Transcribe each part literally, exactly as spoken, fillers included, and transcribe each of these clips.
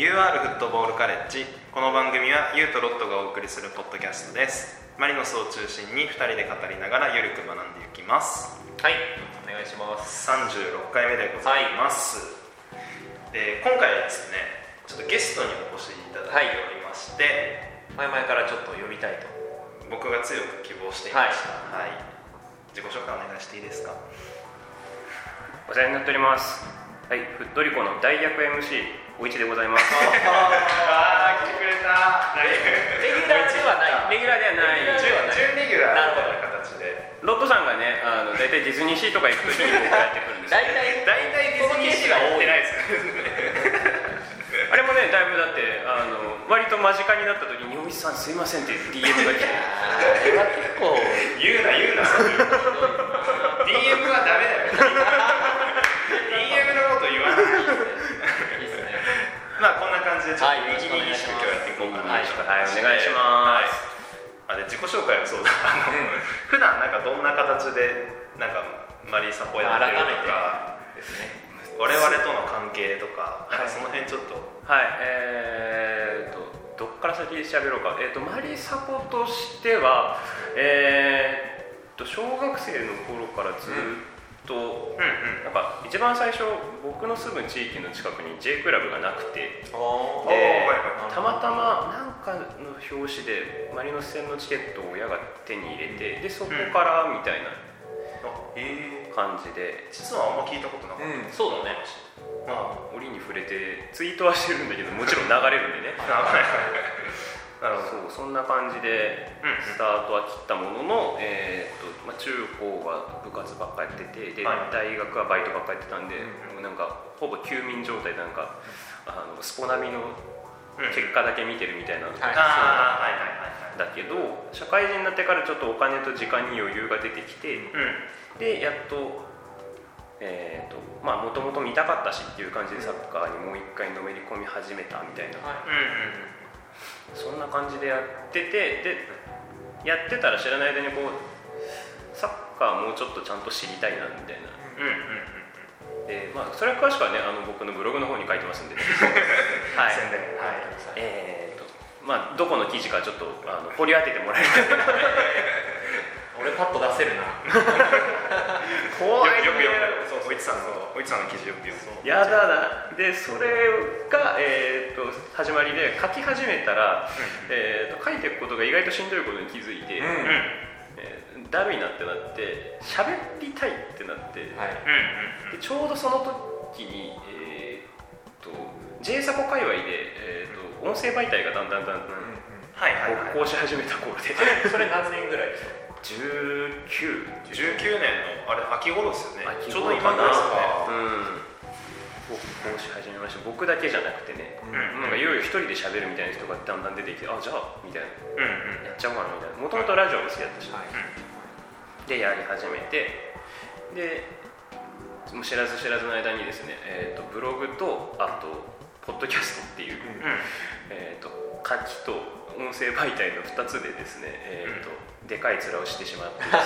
ユーアール フットボールカレッジ。この番組はユウとロットがお送りするポッドキャストです。マリノスを中心にふたりで語りながらゆるく学んでいきます。 はい、お願いします。 さんじゅうろっかいめでございます、はい、で今回はですね、ちょっとゲストにお越しいただいておりまして、 はい、前々からちょっと呼びたいと僕が強く希望していました、はいはい、自己紹介お願いしていいですか。 お世話になっております。はい、フットリコの代役 エムシー おいちでございます。 ああ、来てくれた。 レギュラーではない。 レギュラーではない。 準レギュラーみたいな形で。 ロットさんがね、あの大体ディズニーシーとか行くときに僕がやってくるんです。 大体大体ディズニーシーは行ってないですあれもね、だいぶだってあの割と間近になったときに「大石さんすいません」って ディーエム が来て、 あれは結構言うな言うなそういう ディーエム はダメだよ。ディーエム のこと言わない。 いいですね。 まあこんな感じでちょっと右にぎにぎしく今日やっていこうかな。 はい、お願いします。 あれ自己紹介はそうだ。あの、うん、普段なんかどんな形でなんかマリーサポやってるとかですね。 我々との関係とか、なんかその辺ちょっと。 はい、えーとどっから先喋ろうか。えーとマリーサポとしては、えーと小学生の頃からずっと、うんうんうん、なんか一番最初僕の住む地域の近くに J クラブがなくて、でたまたまなんかの表紙でマリノス戦のチケットを親が手に入れて、でそこからみたいな感じで、 実はあんま聞いたことなかった、 うん、そうだね。 まあ折に触れてツイートはしてるんだけど、もちろん流れるんでね。なるほど。そう、そんな感じでスタートは切ったものの、えーとまあ、中高は部活ばっかやってて、で、はい、大学はバイトばっかやってたんで、うん、なんかほぼ休眠状態で、なんかあのスポナビの結果だけ見てるみたいな、うん、そうだけど、社会人になってからちょっとお金と時間に余裕が出てきて、うん、でやっとえーとまあもともと見たかったしっていう感じでサッカーにもう一回のめり込み始めたみたいな、はい、そんな感じでやってて、でやってたら知らない間にこうサッカーもうちょっとちゃんと知りたいなみたいな、うんうんうん、でまあそれは詳しくはね、あの僕のブログの方に書いてますんで、ね、はい、宣伝、はい、えーとまあどこの記事かちょっとあの掘り当ててもらえる俺パッと出せるな。 怖いね。 よく読んでる。そう、おいちさんのおいちさんの記事よく読む。 やだな。でそれが、えー、と始まりで、書き始めたら、うん、えー、と書いていくことが意外としんどいことに気づいて、うん、えー、だるいなってなって喋りたいってなって、はい、でちょうどその時に、えー、と J サポ界隈で、えー、と音声媒体がだんだんだんだん勃興し始めた頃で、 それ何年ぐらいですか？ じゅうきゅうじゅうきゅうねんのあれ秋頃ですよね。 ちょうど今ぐらいですかね。勃興し始めました。僕だけじゃなくてね、うん、なんかいよいよ一人で喋るみたいな人がだんだん出てきて、あ、じゃあみたいな、うんうん、やっちゃおうかなみたいな。もともとラジオも好きだったし、はい、でやり始めて、でもう知らず知らずの間にですね、えー、とブログとあとポッドキャストっていう、うん、えー、と書きと音声媒体のふたつでですね、えーとうん、でかい面をしてしまってですね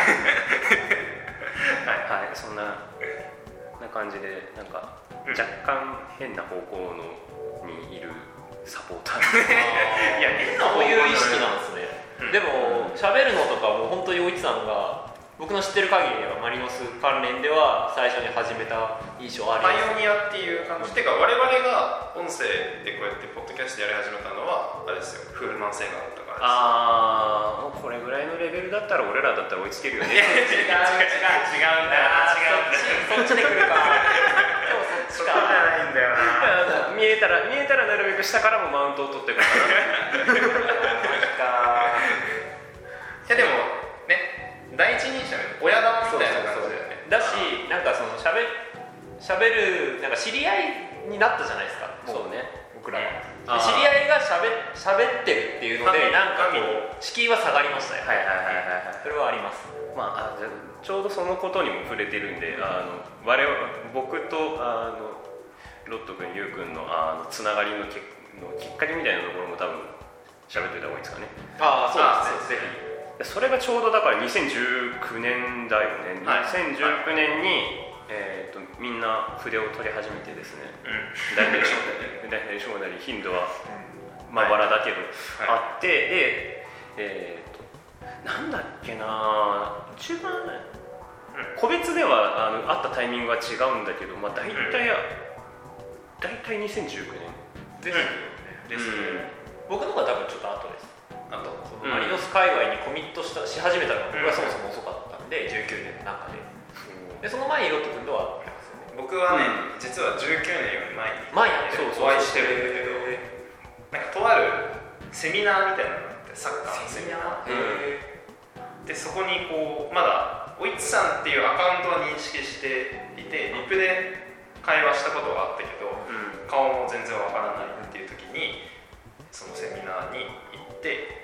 はい、はい、そんなな感じで、なんか若干変な方向のにいるサポーターいや、変な方向そういう意識なんですね、うん、でも喋るのとかも本当においちさんが僕の知ってる限りではマリノス関連では最初に始めた印象あります。 パイオニアっていう感じ、うん、てか我々が音声でこうやってポッドキャストやり始めたのはあれですよ、フールマンセーガーだったからです。 ああ、もうこれぐらいのレベルだったら俺らだったら追いつけるよね。 違う違う違うんだよ、違うんだよ、 そっちで来るかでもそっちか、 そこじゃないんだよな。 見えたら見えたらなるべく下からもマウントを取っていこうかな。マジか。 いやでも第一人者の親玉みたいな感じだよね。 だし、なんかそのしゃべるなんか知り合いになったじゃないですか。 そうね。 僕らは知り合いがしゃべってるっていうので、なんかこう敷居は下がりましたよ。はいはいはいはい。それはあります。 まあ、あちょうどそのことにも触れてるんで、あの我々僕とあのロット君、ユウ君のあのつながりのきのきっかけみたいなところも多分喋っておいた方がいいですかね。 ああ、そうですね。ぜひ。 それがちょうどだからにせんじゅうきゅうねんだよね、はい、にせんじゅうきゅうねんにえー、とみんな筆を取り始めてですね、 うん、 大なり小なり大なり小なり頻度はまばらだけど、はいはい、あって、で、えー、となんだっけな一番、うん、個別ではあのあったタイミングは違うんだけど、まあ、大体、うん、大体にせんじゅうきゅうねんですよね、 うん、ですね、 うん、僕の方が多分ちょっと後です。あとそのマリノス界隈にコミットしたし始めたのが僕はそもそも遅かったんで、じゅうきゅうねんの中で、でその前にロット君とは僕はね、うん、実はじゅうきゅうねんより前に前にお会いしてるんだけど、なんかとあるセミナーみたいなのがあって、サッカーのセミナー、うん、でそこにこうまだおいつさんっていうアカウントは認識していて、リプで会話したことがあったけど、うん、顔も全然わからないっていう時にそのセミナーに行って、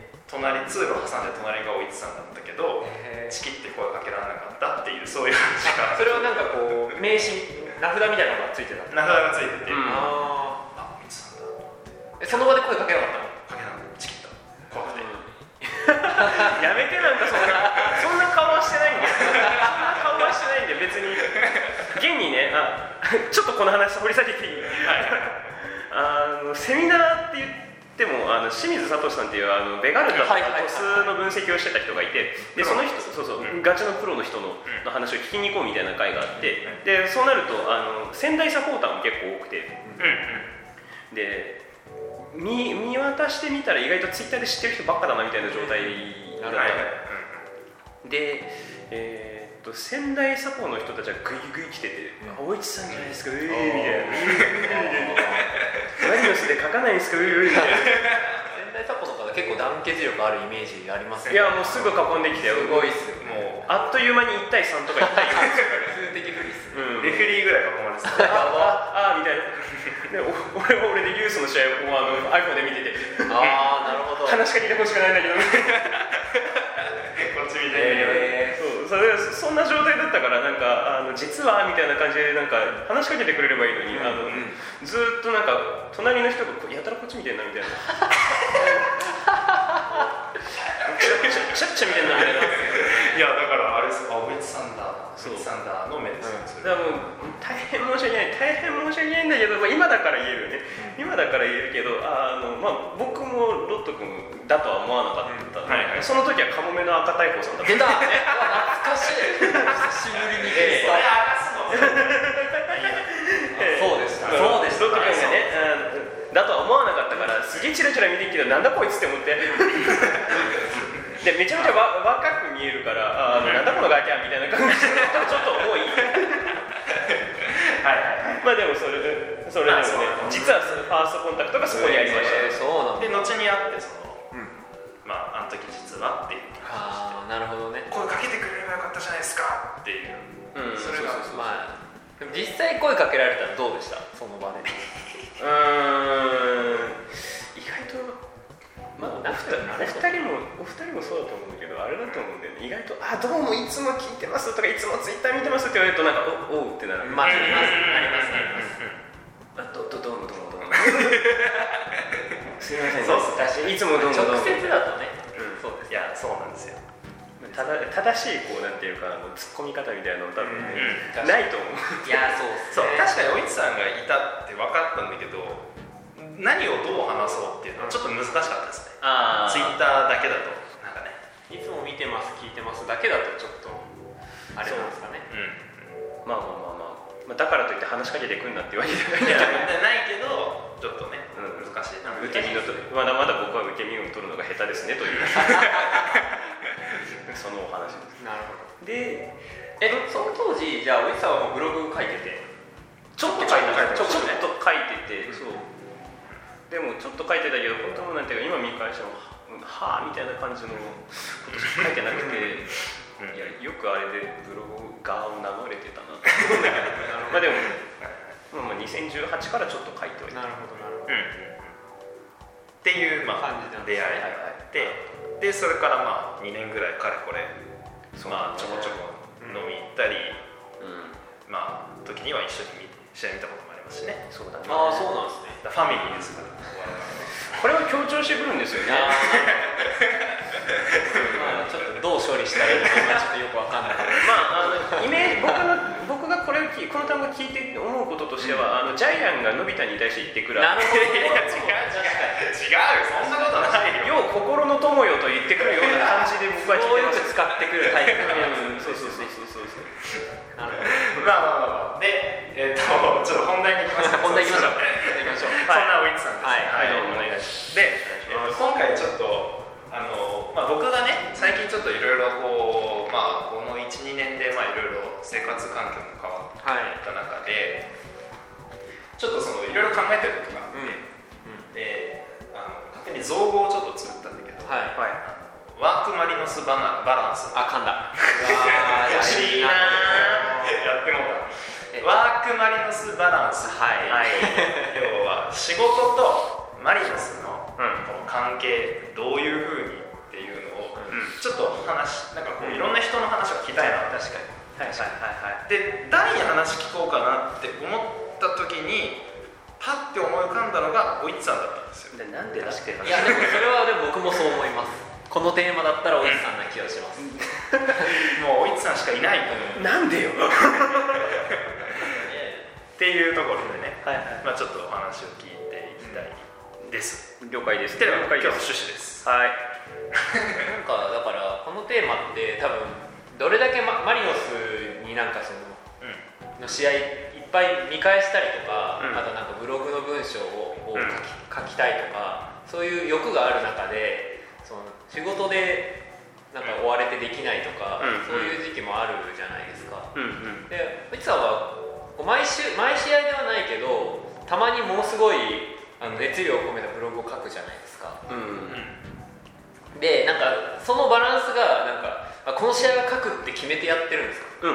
隣通路を挟んで隣がおいつさんだったけど、チキって声かけられなかったっていう、そういう話がそれはなんかこう名刺名札みたいなのがついてた、 名札がついてて、うん、 ああおいつさんだと思って、 その場で声かけなかったの？ かけなかった、チキった怖くて、うん、 やめて、なんかそんなそんな顔はしてないんだよそんな顔はしてないんで、別に現にね、あちょっとこの話掘り下げていい？はい、あのセミナーって言ってでもあの清水聡さんっていうあのベガルタとかトスの分析をしてた人がいて、でその人そうそう、うん、ガチのプロの人の、の話を聞きに行こうみたいな会があって、でそうなるとあの仙台サポーターも結構多くて、うん、で 見, 見渡してみたら意外とツイッターで知ってる人ばっかだなみたいな状態だった、うん、で、えーっと仙台サポの人たちはグイグイ来てて、うん、おいちさんじゃないですか、うえーみたいなマリノスで書かないんですか、ういうみたいな仙台サポの方結構団結力あるイメージありますね。 いやもうすぐ囲んできて、 すごいっすよ、 もうあっという間にいち対さんとかいち対よん数的不利っすね、 うん、レフェリーぐらい囲まれてたあああみたいなで俺は俺でユースの試合をあの iPhone で見ててああなるほど話しかけてほしくないんだけどこっち見て、えー、そうそれそんな状態だったから、なんかあの実はみたいな感じでなんか話しかけてくれればいいのに、うん、あの、うん、ずっとなんか隣の人がやたらこっち見てんなみたいなちゃっちゃ見てんなみたいな。 いやだからあれです、あおいつさんだ、おいつさんだの目です、 うん、だからもう大変申し訳ない大変申し訳ないんだけど、まあ、今だから言えるね、うん、今だから言えるけど、あの、まあ、僕もロット君だとは思わなかった、うんはいはい、その時はカモメの赤太鼓さんだった。 出た懐かしい久しぶりに聞いた、えー、そうでしたそうでしたロット君がねだとは思わなかったから、すげえチラチラ見てるけどなんだこいつって思ってでめちゃめちゃわ若く見えるから、あなんだこのガキャンみたいな感じでちょっと重いはいはいはい、まあでもそれそれでもね、実はファーストコンタクトがそこにありました、 えー、そうなんで後にあってその、うん、まああの時実はっていうああなるほどね、 声かけてくれればよかったじゃないですかっていう、 うん、それがまあでも実際声かけられたらどうでしたその場でうーん意外とまあ、お二人もお二人もそうだと思うんだけど、あれだと思うんだよね、意外とあどうもいつも聞いてますとかいつもツイッター見てますって言われるとなんかおおうってなる。 まあありますありますあります。あどどどうもどうもどうもすみません、 そう私いつもどうもどうも直接だとね、うん、そうです。 いやそうなんですよ。 ただ正しいこうなんていうかツッコミ方みたいなの多分ね、うん、ないと思う。 いやそうっすね。そう確かにおいつさんがいたって分かったんだけど、何をどう話そうっていうのはちょっと難しかったですね。あツイッターだけだとなんかね、 いつも見てます聞いてますだけだとちょっとあれなんですかね。 うん、まあまあまあまあ、まあ、だからといって話しかけてくんなって言われてないけどちょっとね、うん、難しいな。 受け身のとまだまだ僕は受け身を取るのが下手ですねというそのお話です。 なるほど。 でえその当時じゃあおいつさんはもうブログ書いててちょっと書いてたちょっと書いてて、そうでもちょっと書いてたけど本当もなんていうか今見返してもはぁみたいな感じのことしか書いてなくてうん、いやよくあれでブログ側を名乗れてたなと思うんだけどまあでも、まあ、にせんじゅうはちからちょっと書いておいてなるほどなるほど、 うん、っていう、まあ、出会いがあって、でそれからまあにねんぐらいかれこれ、まあ、ちょこちょこ飲み行ったり、うん、まあ時には一緒に試合見たこともありますしね。 そうだね。ああそうなんですね。 ファミリーですから。 これは強調してくるんですよね。 まあちょっとどう処理したらいいのか今ちょっとよくわかんないまあ、あのイメージ僕が僕がこれをきこの単語を聞いて思うこととしては、うん、あのジャイアンがのび太に対して言ってくるなるほどいや違う違う違うそんなことないよ。 よう心の友よと言ってくるような感じで僕は聞いてます。 よく使ってくるタイプのやつ、 そうそうそうそうそうそうなるほど。 まあまあまあまあで、えー、っとちょっと本題に行きます本題行きましょう行きましょう。 そんなおいつさんですね。 はい、はい、どうもお願いします。 で、えー、と今回ちょっとあの、まあ、僕がね最近ちょっといろいろこう、まあ、この いちにねんでいろいろ生活環境も変わった中で、はい、ちょっとそのいろいろ考えてることがあって、うんうん、であの勝手に造語をちょっと作ったんだけど、はいはい、ワークマリノスバナバランス。 あ、噛んだ。 欲しいなやってもらうワークマリノスバランス、はいはい、要は仕事とマリノスのこの関係、どういうふうにっていうのを、うん、ちょっと話なんかこういろんな人の話を聞きたいな、うん、確かに、はいはいはいはい、で誰に話聞こうかなって思った時にパッて思い浮かんだのがおいっさんだったんですよ。 でなんでだっていやでもそれはでも僕もそう思います。このテーマだったらおいっさんな気がします、うん、 もうおいっさんしかいないと思う。 なんでよっていうところでね、 はいはい、 まあ、ちょっとお話を聞いていきたいです、 うん、了解です。 では今日の趣旨です。 はいなんかだからこのテーマって多分どれだけ マ, マリノスになんかその、うん、の試合いっぱい見返したりとか、うん、あとなんかブログの文章を書 き,、うん、書きたいとかそういう欲がある中でその仕事でなんか追われてできないとか、うん、そういう時期もあるじゃないですか、うんうん、でうちさんは毎週毎試合ではないけどたまにものすごいあの熱量を込めたブログを書くじゃないですか、うんうん、でなんかそのバランスがなんかこの試合は書くって決めてやってるんですか？うん、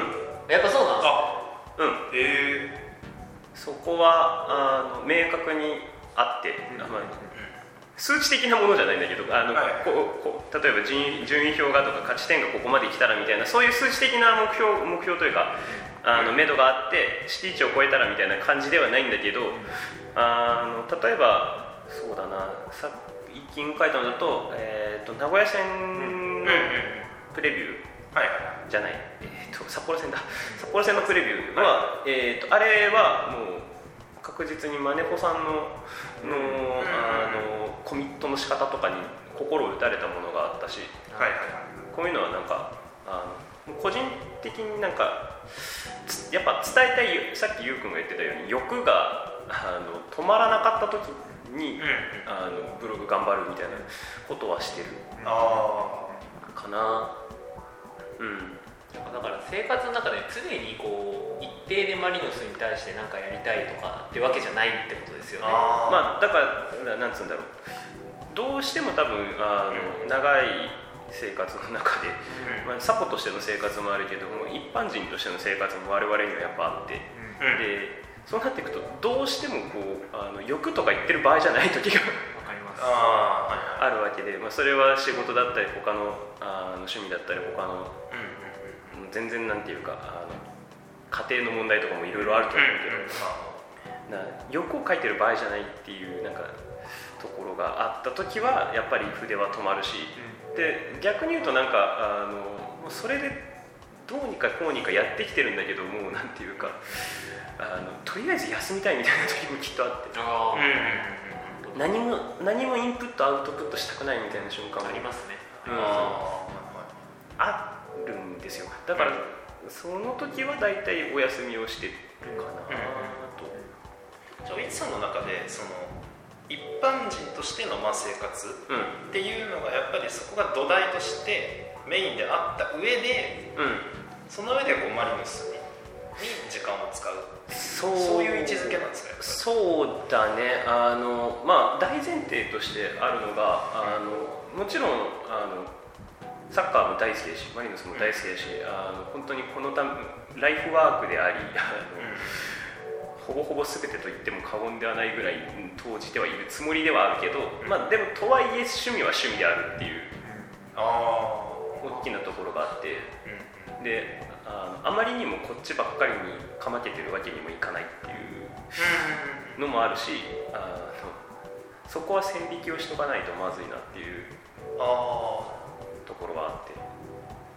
やっぱそうなんですか？ うん、へえ。そこはあの明確にあって、うん、まあ数値的なものじゃないんだけど、あの、はい、ここ例えば順位、順位表がとか勝ち点がここまで来たらみたいなそういう数値的な目標、目標というかあの目処があってシティ値を超えたらみたいな感じではないんだけど、あの例えばそうだな、さ一気に書いたのだと、えー、と名古屋戦のプレビューじゃない、えー、と札幌戦だ札幌戦のプレビューは、えー、とあれはもう確実にマネコさんのの、あのコミットの仕方とかに心を打たれたものがあったし、はいはい、こういうのはなんかあの個人的になんかやっぱ伝えたい、さっきゆうくんが言ってたように欲があの止まらなかった時に、うん、あのブログ頑張るみたいなことはしてる、うん、かな。うん、 だから生活の中で常にこう一定でマリノスに対して何かやりたいとかってわけじゃないってことですよね。 あ、まあ、だからなんつうんだろう、どうしても多分あの、うん、長い生活の中で、うん、まあ、サポとしての生活もあるけども一般人としての生活も我々にはやっぱあって、うん、でそうなっていくとどうしてもこうあの欲とか言ってる場合じゃない時があ, あるわけで、まあ、それは仕事だったり他のあの趣味だったり他の、うんうん、全然なんていうかあの家庭の問題とかもいろいろあると思うけど、うんうん、な欲を書いてる場合じゃないっていうなんかところがあった時はやっぱり筆は止まるし、うん、で逆に言うとなんかあのそれでどうにかこうにかやってきてるんだけどもうなんていうかあのとりあえず休みたいみたいな時もきっとあって、あ、うん、何も何もインプットアウトプットしたくないみたいな瞬間もありますね、 うん、あ, あるんですよ。だから、うん、その時はだいたいお休みをしてるかなと、 うん、じゃあいつさんの中でその一般人としてのまあ生活っていうのがやっぱりそこが土台としてメインであった上で、うん、その上でこうマリノスに時間を使う、そう、そういう位置づけなんですか？ そうだね、あの、まあ、大前提としてあるのが、あのもちろんあのサッカーも大好きだしマリノスも大好きだし、うん、あの本当にこのたライフワークでありあの、うん、ほぼほぼ全てと言っても過言ではないぐらい投じてはいるつもりではあるけど、うん、まあ、でもとはいえ趣味は趣味であるっていう、うん、あ大きなところがあって、うん、であのあまりにもこっちばっかりにかまけてるわけにもいかないっていうのもあるし、あのそこは線引きをしとかないとまずいなっていうところはあって、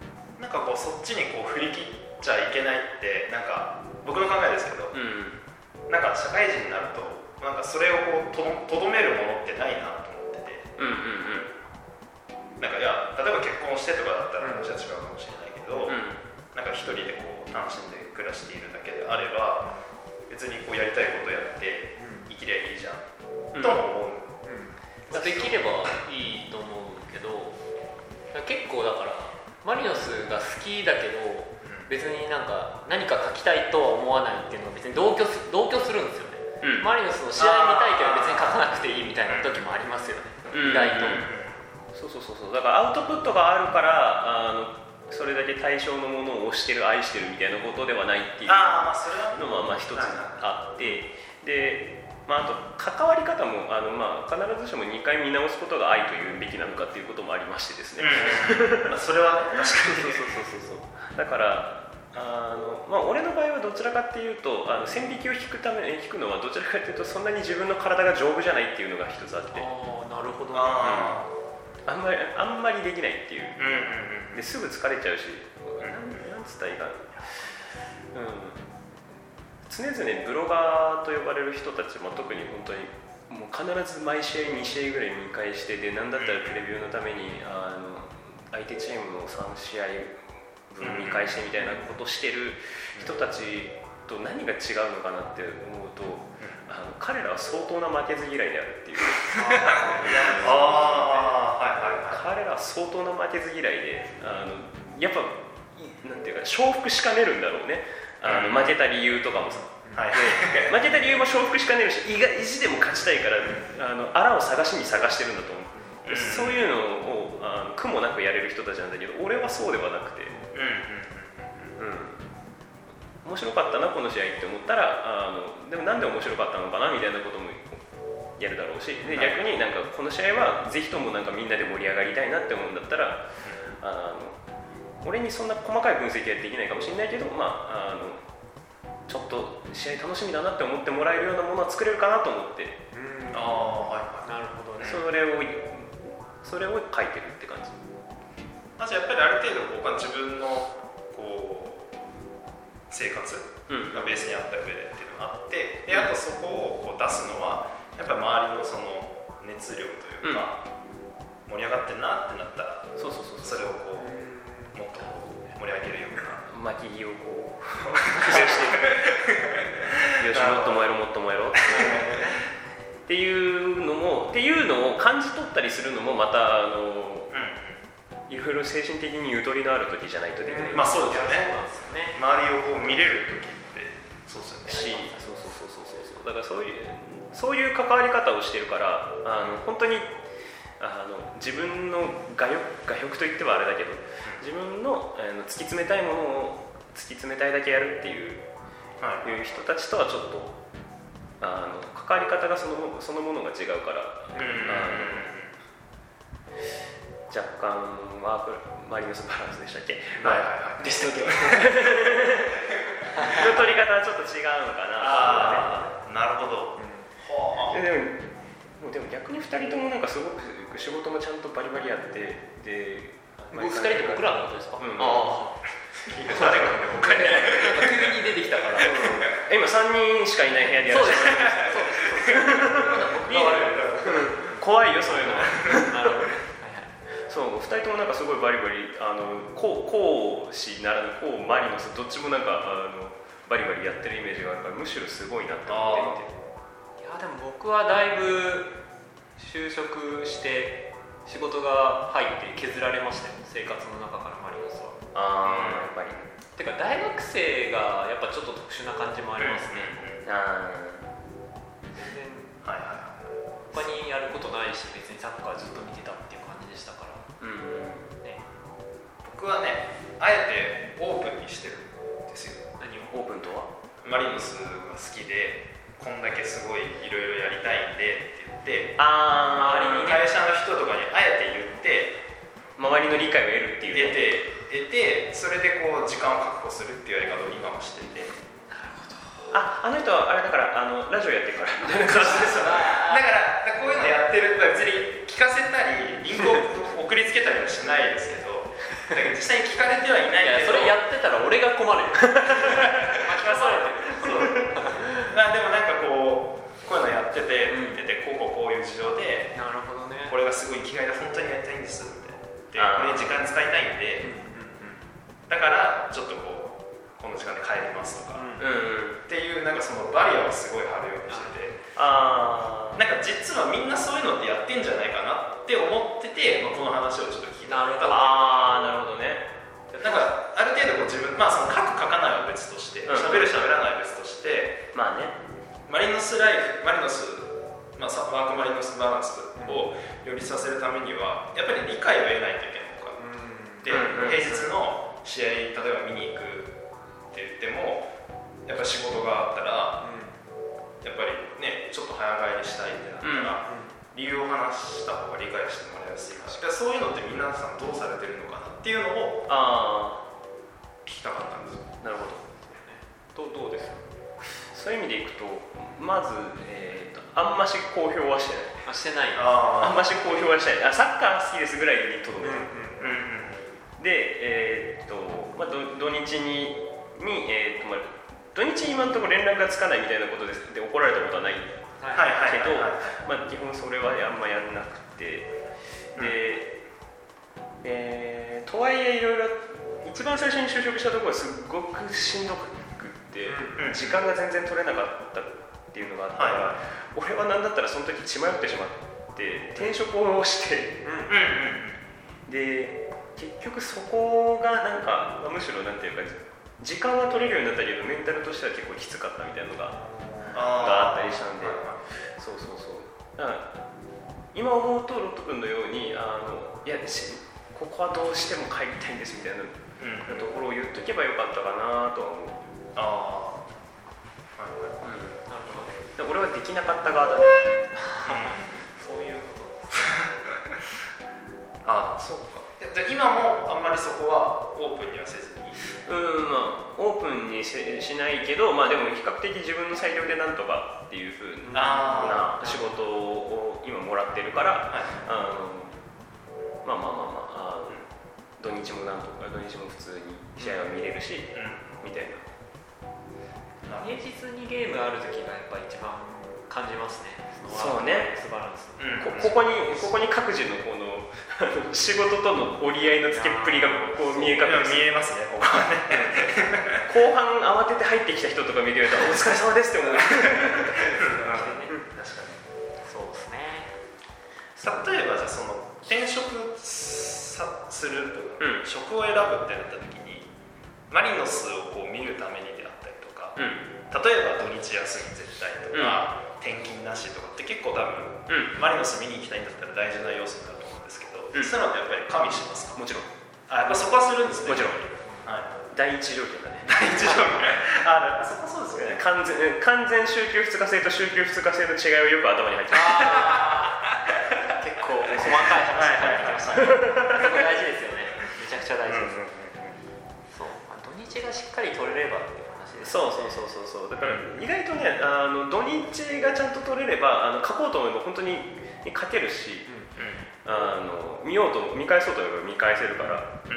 そっちにこう振り切っちゃいけないってなんか僕の考えですけど、うん、なんか社会人になるとなんかそれをこうとどめるものってないなと思ってて、うんうんうん、なんかいや例えば結婚してとかだったら話は違うかもしれないけど、うん、なんか一人でこう楽しんで暮らしているだけであれば別にこうやりたいことやって生きりゃいいじゃん、うん、とも思う、うん、 できればいいと思うけど結構だからマリノスが好きだけど別になんか何か書きたいとは思わないっていうのは別に同居す、同居するんですよね、うん、マリノスの試合見たいけど別に書かなくていいみたいな時もありますよね、うん、意外と、 うん、そうそうそうそうだからアウトプットがあるからあのそれだけ対象のものを推してる愛してるみたいなことではないっていうのはまあ一つあってでまあ、あと関わり方もあの、まあ、必ずしもにかい見直すことが愛というべきなのかっていうこともありましてですね、 うん、それは確かにそうそうそうそうだからあの、まあ、俺の場合はどちらかっていうとあの線引きを引くため引くのはどちらかというとそんなに自分の体が丈夫じゃないっていうのが一つあってああなるほど、ねあ、うん、あんまりあんまりできないっていう、うんうんうん、ですぐ疲れちゃうし、うん、なんつったらいいかな、うん常々ブロガーと呼ばれる人たちも特に本当にもう必ず毎試合に試合ぐらい見返してで何だったらプレビューのためにあの相手チームのさん試合分見返してみたいなことをしてる人たちと何が違うのかなって思うとあの彼らは相当な負けず嫌いであるっていうあ、はいはいはい、彼らは相当な負けず嫌いであのやっぱなんていうか承服しかねるんだろうねあの負けた理由とかもさ、はい、負けた理由も承服しかねるし意地でも勝ちたいからあのあらを探しに探してるんだと思う、うん、そういうのをあの苦もなくやれる人たちなんだけど俺はそうではなくて、うんうんうん、面白かったなこの試合って思ったらあのでもなんで面白かったのかなみたいなこともやるだろうしで逆になんかこの試合はぜひともなんかみんなで盛り上がりたいなって思うんだったらあの俺にそんな細かい分析はできないかもしれないけど、まあ、あのちょっと試合楽しみだなって思ってもらえるようなものは作れるかなと思ってうんああはいなるほどねそれをそれを書いてるって感じまずやっぱりある程度こう自分のこう生活がベースにあった上でっていうのがあってであとそこをこう出すのはやっぱり周りのその熱量というか、うん、盛り上がってんなってなったらそうそうそうそれをこうもっと盛り上げるような巻き木をこう崩してよしもっと燃えろもっと燃えろっていうのもっていうのを感じ取ったりするのもまたあの、うん、いろいろ精神的にゆとりのある時じゃないとできない、 うん、まあそうですよね周りをこう見れる時ってそうですよねしそうそうそうそうそうだからそういうそういう関わり方をしてるからあの本当にあの自分の我欲、我欲と言ってはあれだけど自分の、あの突き詰めたいものを突き詰めたいだけやるっていう、はい、いう人たちとはちょっとあの関わり方がその、そのものが違うから、うん、あの若干ワークマリノスバランスでしたっけはいはいはいでしたっけの取り方はちょっと違うのかなあ、ね、なるほど、うん、 で, でもでも逆にふたりともなんかすごく仕事もちゃんとバリバリやってでふたりって僕らのことですか、うん、ああ誰かね他に急に出てきたから今さんにんしかいない部屋でやらせてもらって怖いよそういうのなるほどそうふたりともなんかすごいバリバリあの講師ならぬ講マリノスどっちもなんかあのバリバリやってるイメージがあるからむしろすごいなって思っていていやでも僕はだいぶ就職して仕事が入って削られましたよ生活の中からマリノスはああ、うん、やっぱりてか大学生がやっぱちょっと特殊な感じもありますね、うん、あ全然、はいはい、他にやることないし別にサッカーずっと見てたっていう感じでしたから、うんね、僕はねあえてオープンにしてるんですよ何をオープンとはマリノスが好きでこんだけすごいいろいろやりたいんでって言ってあ周りに、ね、会社の人とかにあえて言って周りの理解を得るっていう得て得てそれでこう時間を確保するっていうやり方を今もしててなるほどあ、あの人はあれだからあのラジオやってるからだからこういうのやってると別に聞かせたりリンクを送りつけたりはしないですけどだから実際に聞かれてはいないけどたら俺が困るよ巻き込まれてるそうまあでもなんかこうこういうのやってて、うん、出てこうこうこういう事情でなるほどねこれがすごい生きがいで本当にやりたいんですみたいなでこれに時間使いたいんで、うんうんうん、だからちょっとこうこの時間で帰りますとか、うんうん、っていうなんかそのバリアをすごい張るようにしててあなんか実はみんなそういうのってやってんじゃないかなって思ってて、まあ、この話をちょっと聞いたっていうああなるほどねなんかある程度こう自分まあその書く書かないは別として喋、うん、る喋らないは別としてまあねマリノスライフマリノス、まあ、ワークマリノスバランスをよりさせるためにはやっぱり理解を得ないといけないのか、うん、で、うん、平日の試合例えば見に行くって言ってもやっぱり仕事があったら、うん、やっぱりねちょっと早帰りしたいってなったら、うん、理由を話した方が理解してもらいやすいしそういうのって皆さんどうされてるのかなっていうのをあ聞きたかったんですよ。 なるほどどうですかそういう意味でいくとまず、えー、とあんまし公表はしてないあしてないああんまし公表はしてないあサッカー好きですぐらいにとどめてる、うんうんうん、で、えーとまあ、土日にに、えーとまあ、土日今のところ連絡がつかないみたいなことでで怒られたことはないけど基本それはあんまやんなくてで、うんえー、とはいえいろいろ一番最初に就職したところはすごくしんどくて、うん、時間が全然取れなかったっていうのがあったから、はい、俺は何だったらその時血迷ってしまって転職をして、うん、で結局そこがなんか、まあ、むしろなんていうか時間は取れるようになったけどメンタルとしては結構きつかったみたいなのがあったりしたんでそうそうそうだから今思うとロット君のようにあのいやここはどうしても帰りたいんですみたいなところを言っとけばよかったかなとは思うああ、はいはい、うん、なるほど俺はできなかった側だねそういうことああそうかじゃ今もあんまりそこはオープンにはせずにうんまあオープンに し, しないけどまあでも比較的自分の裁量でなんとかっていう風な仕事を今もらってるから、はい、あのまあまあまあまあ、うん、土日もなんとか土日も普通に試合は見れるし、うん、みたいな平日にゲームある時がやっぱ一番感じますねそうね素晴らしい、 うん、こ, ここにここに各自のこの仕事との折り合いのつけっぷりがこう見えかけ見えますねここはね後半慌てて入ってきた人とか見てるとお疲れ様ですって思う確かにそうですね例えばじゃあその転職さすると、うん、職を選ぶってなった時にマリノスをこう見るためにであったりとか、うん、例えば土日休み絶対とか、うん転勤なしとかって結構多分、うん、マリノス見に行きたいんだったら大事な要素だと思うんですけど、うん、そういうのってやっぱり加味しますか？ もちろんあやっぱそこはするんですねもちろん、はい、第一条件だね第一条件あそこそうですよね完全完全週休ふつか制と週休ふつか制の違いをよく頭に入ってます結構細かい話が入ってきましたねそこ大事ですよねめちゃくちゃ大事です、うんうんうん、そう、まあ、土日がしっかり取れればっていうそうそうそうそうそうだから意外とねあの土日がちゃんと取れればあの書こうと思えば本当に書けるし、うん、あの見ようと見返そうと思えば見返せるから、うん、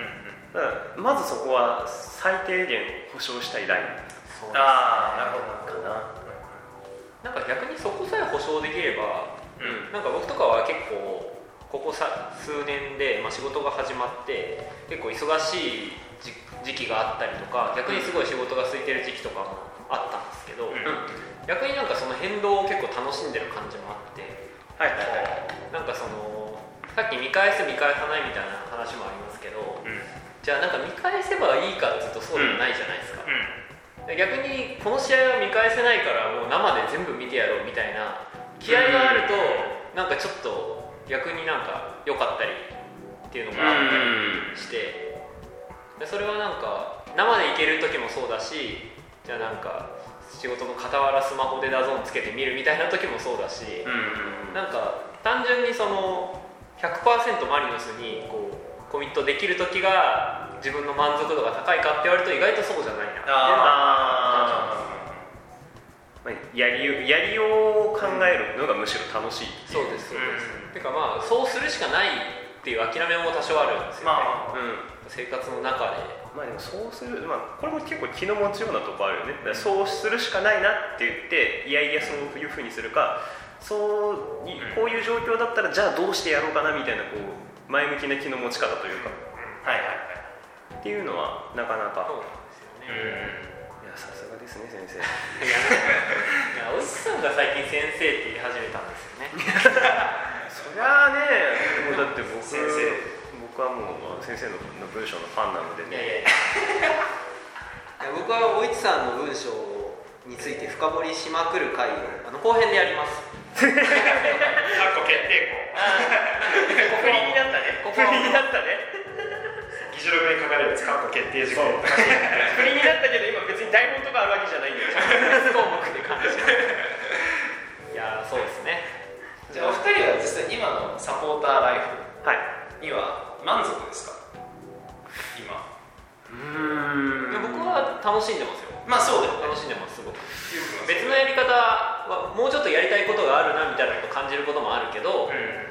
だからまずそこは最低限保証したいラインそうです、ね、ああなるほどかななんか逆にそこさえ保証できれば、うん、なんか僕とかは結構ここさ数年で、まあ、仕事が始まって結構忙しい時期があったりとか逆にすごい仕事が空いてる時期とかもあったんですけど、うん、逆になんかその変動を結構楽しんでる感じもあって、はいはいはい、なんかそのさっき見返す見返さないみたいな話もありますけど、うん、じゃあなんか見返せばいいかっていうとそうでもないじゃないですか、うんうん、逆にこの試合は見返せないからもう生で全部見てやろうみたいな気合があるとなんかちょっと逆になんか良かったりっていうのがあったりしてでそれはなんか生で行ける時もそうだしじゃあなんか仕事の傍らスマホでダゾーンつけて見るみたいな時もそうだし、うんうんうん、なんか単純にその ひゃくパーセント マリノスにこうコミットできる時が自分の満足度が高いかって言われると意外とそうじゃないなっていうのは感じます。 やりやりようを考えるのがむしろ楽しいっていう、 そうですそうです、うん、てかまあそうするしかないっていう諦めも多少あるんですよね、まあうん、生活の中でまあでもそうする、まあ、これも結構気の持ちようなとこあるよね。だからそうするしかないなって言っていやいやそういうふうにするか、そうこういう状況だったらじゃあどうしてやろうかなみたいなこう前向きな気の持ち方というか、 はいはいはいっていうのはなかなか。 そうなんですよね。 いやさすがですね先生。 いやおじさんが最近先生って言い始めたんですよね。 そりゃあね、もうだって僕先生僕はもう先生の文章のファンなのでね。 いやいやいや僕はおいちさんの文章について深掘りしまくる回をあの後編でやります。 かっこ決定項振りになったね。振りになったね。 議事録に書かれるやつかっこ決定事項。 振りになったけど今別に台本とかあるわけじゃないんだよ。 項目で感じいやそうですね。 じゃあお二人は実際今のサポーターライフには満足ですか？今。 うーん。 僕は楽しんでますよ。 まあそうだよね。 楽しんでますすごく。別のやり方はもうちょっとやりたいことがあるなみたいなことを感じることもあるけど、うん、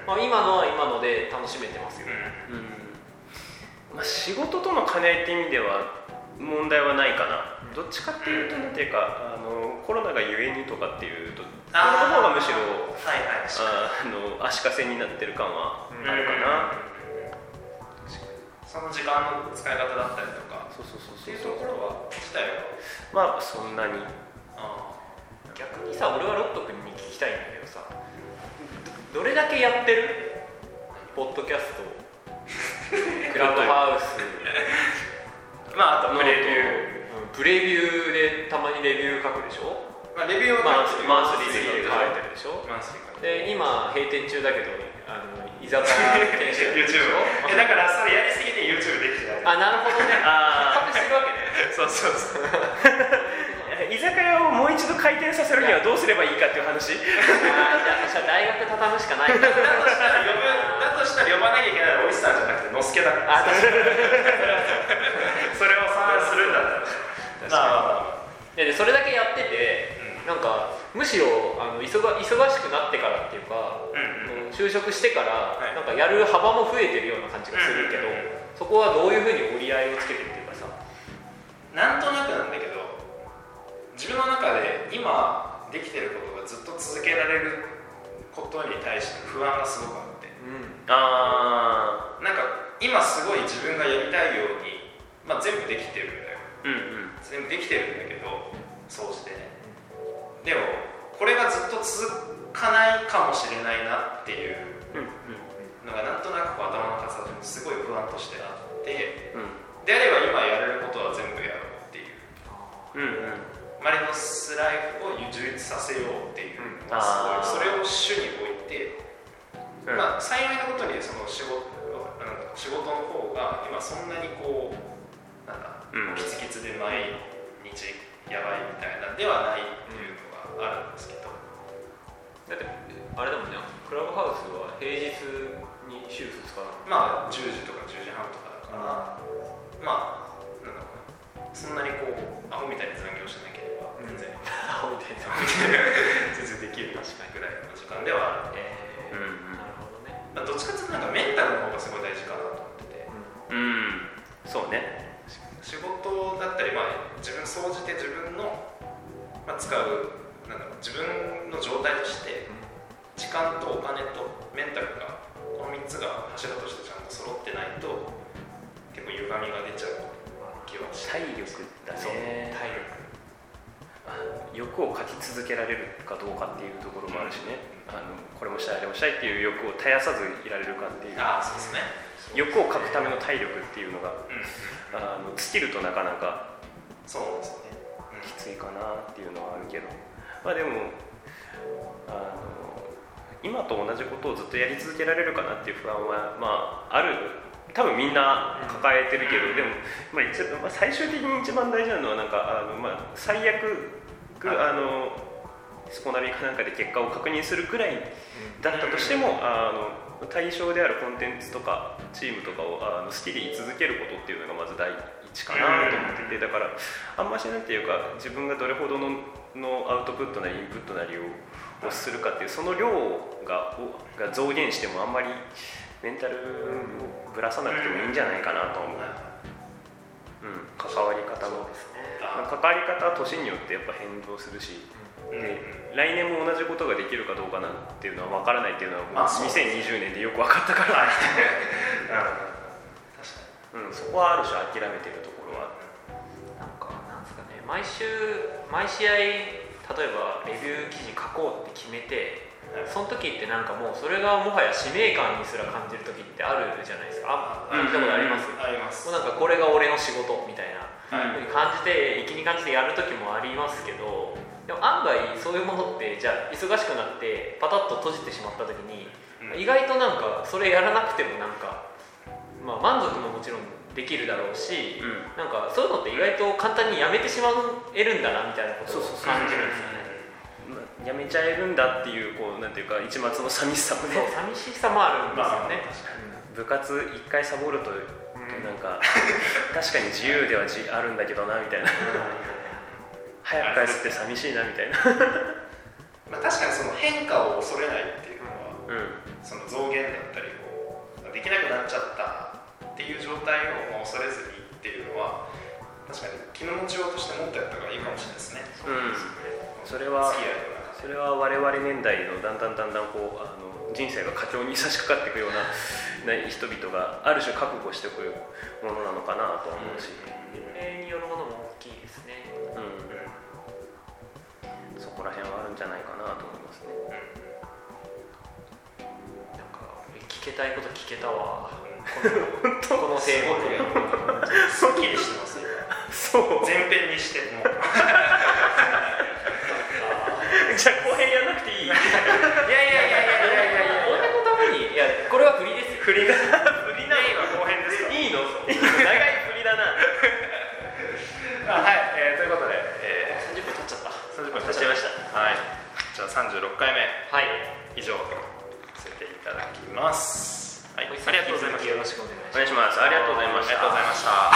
まあ、今のは今ので楽しめてますよ。うんうんまあ、仕事との兼ね合いって意味では問題はないかな。どっちかっていうとなんていうかあのコロナがゆえにとかっていうとその方がむしろ、はいはい、あの足かせになってる感はあるかな。 その時間の使い方だったりとかそうそうそうそうっていうところは自体はまあそんなに。 あ逆にさ俺はロット君に聞きたいんだけどさ ど, どれだけやってるポッドキャストクラブハウスまああとプレビュー、 うん、プレビューでたまにレビュー書くでしょ、 まあ、レビューはマンスリーで書いてるでしょ。 マンスリーで今閉店中だけどあの居酒屋店主 YouTube えだからそれやりすぎて YouTube できてない。 あなるほどね。あ隠してるわけね。 そうそうそう居酒屋をもう一度回転させるにはどうすればいいかっていう話。 あじゃあ私は大学畳むしかないだとしたら呼ぶだとしたら呼ばなきゃいけないのはおいしさんじゃなくてのすけだから。あ確かにそれをさするんだったらまあでそれだけやってて、うん、なんかむしろあの 忙, 忙しくなってからっていうか、うんうん、就職してから、はい、なんかやる幅も増えてるような感じがするけど、うんうんうん、そこはどういうふうに折り合いをつけてっていうかさなんとなくなんだけど自分の中で今できてることがずっと続けられることに対して不安がすごくあって、うん、あなんか今すごい自分がやりたいように、まあ、全部できてるんだよ、うんうん、全部できてるんだけどそうしてねでもこれがずっと続かないかもしれないなっていうのがなんとなくこう頭の片隅にすごい不安としてあって、うん、であれば今やれることは全部やろうっていう、うんうん、マリノスライフを充実させようっていうのがすごいそれを主に置いて、うん、まあ幸いなことにその仕事、なんか仕事の方が今そんなにこうなんだ、うん、キツキツで毎日やばいみたいなではないっていうのがあるんですけど、 だってあれだもんねクラブハウスは平日に週ふつかまあじゅうじとかじゅうじはんとかだから、うん、まあなんだろうなそんなにこうアホみたいに残業しなければ全然、うん、アホみたいに全然できるぐらいの時間ではある、えーうん、なるほどね、まあ、どっちかっていうとなんかメンタルの方がすごい大事かなと思ってて、 うん、そうね仕事だったり、まあ、自分総じて自分の、まあ、使うなんだろう自分の状態として時間とお金とメンタルがこのみっつが柱としてちゃんと揃ってないと結構歪みが出ちゃう気はして体力だね。体力欲をかき続けられるかどうかっていうところもあるしね、うん、あのこれもしたいあれもしたいっていう欲を絶やさずいられるかっていう。 あそうですね欲をかくための体力っていうのが、うん、あの尽きるとなかなかそうですね、 うん、きついかなっていうのはあるけど、まあでもあの今と同じことをずっとやり続けられるかなっていう不安はまあある多分みんな抱えてるけど、うん、でも、まあ一まあ、最終的に一番大事なのはなんかあの、まあ、最悪あのスポナビかなんかで結果を確認するくらいだったとしても、うん、あの対象であるコンテンツとかチームとかをあの好きで居続けることっていうのがまず第一かなと思ってて、だからあんましなんていうか自分がどれほどののアウトプットなりインプットなりををするかっていうその量がが増減してもあんまりメンタルをぶらさなくてもいいんじゃないかなと思う。 うん、関わり方もですね、関わり方は年によってやっぱ変動するし、うん、で来年も同じことができるかどうかなんていうのは分からないっていうのはにせんにじゅうねんでよく分かったから確かに、うん、そこはある種諦めてるところはなんかなんですかね、毎週毎試合例えばレビュー記事書こうって決めて、その時ってなんかもうそれがもはや使命感にすら感じる時ってあるじゃないですか。あ、聞いたことあります？ あります。 もうなんかこれが俺の仕事みたいな風に感じて、粋に感じてやる時もありますけど、でも案外そういうものってじゃあ忙しくなってパタッと閉じてしまった時に、うん、意外となんかそれやらなくてもなんか、まあ、満足ももちろんできるだろうし、うん、なんかそういうのって意外と簡単にやめてしまえるんだなみたいなことを感じるんですよね。 やめちゃえるんだっていうこうなんていうか一末の寂しさもね、 そう寂しさもあるんですよね、 まあ、部活いっかいサボると、うん、なんか確かに自由ではじあるんだけどなみたいな早く帰るって寂しいなみたいなまあ確かにその変化を恐れないっていうのは、うん、その増減だったりこうできなくなっちゃったっていう状態を恐れずにっていうのは確かに気の持ちようとして持ってやった方がいいかもしれないですね。 うん、それはそれは我々年代のだんだんだんだんこうあの人生が佳境に差し掛かっていくような人々がある種覚悟してくるものなのかなとは思うし、 年齢によるものも大きいですね。うん、 そこら辺はあるんじゃないかなと思いますね。 うん、なんか聞けたいこと聞けたわ。このこのテーマですっきりしてますよ。 そう前編にしてもうじゃあ後編やらなくていい？いやいやいやいやいやいやいや後編のためにいやこれは振りですよ。 振りだ。 振りないは後編ですか？ いいの？長い振りだな。 あはい、えー、ということで、 えー、さんじゅっぷん経っちゃった。 さんじゅっぷん経っちゃいました。 はい。じゃあさんじゅうろっかいめ、 はい、 以上とさせていただきます。はい、ありがとうございました。 よろしくお願いします。 お願いします。ありがとうございました。 ありがとうございました。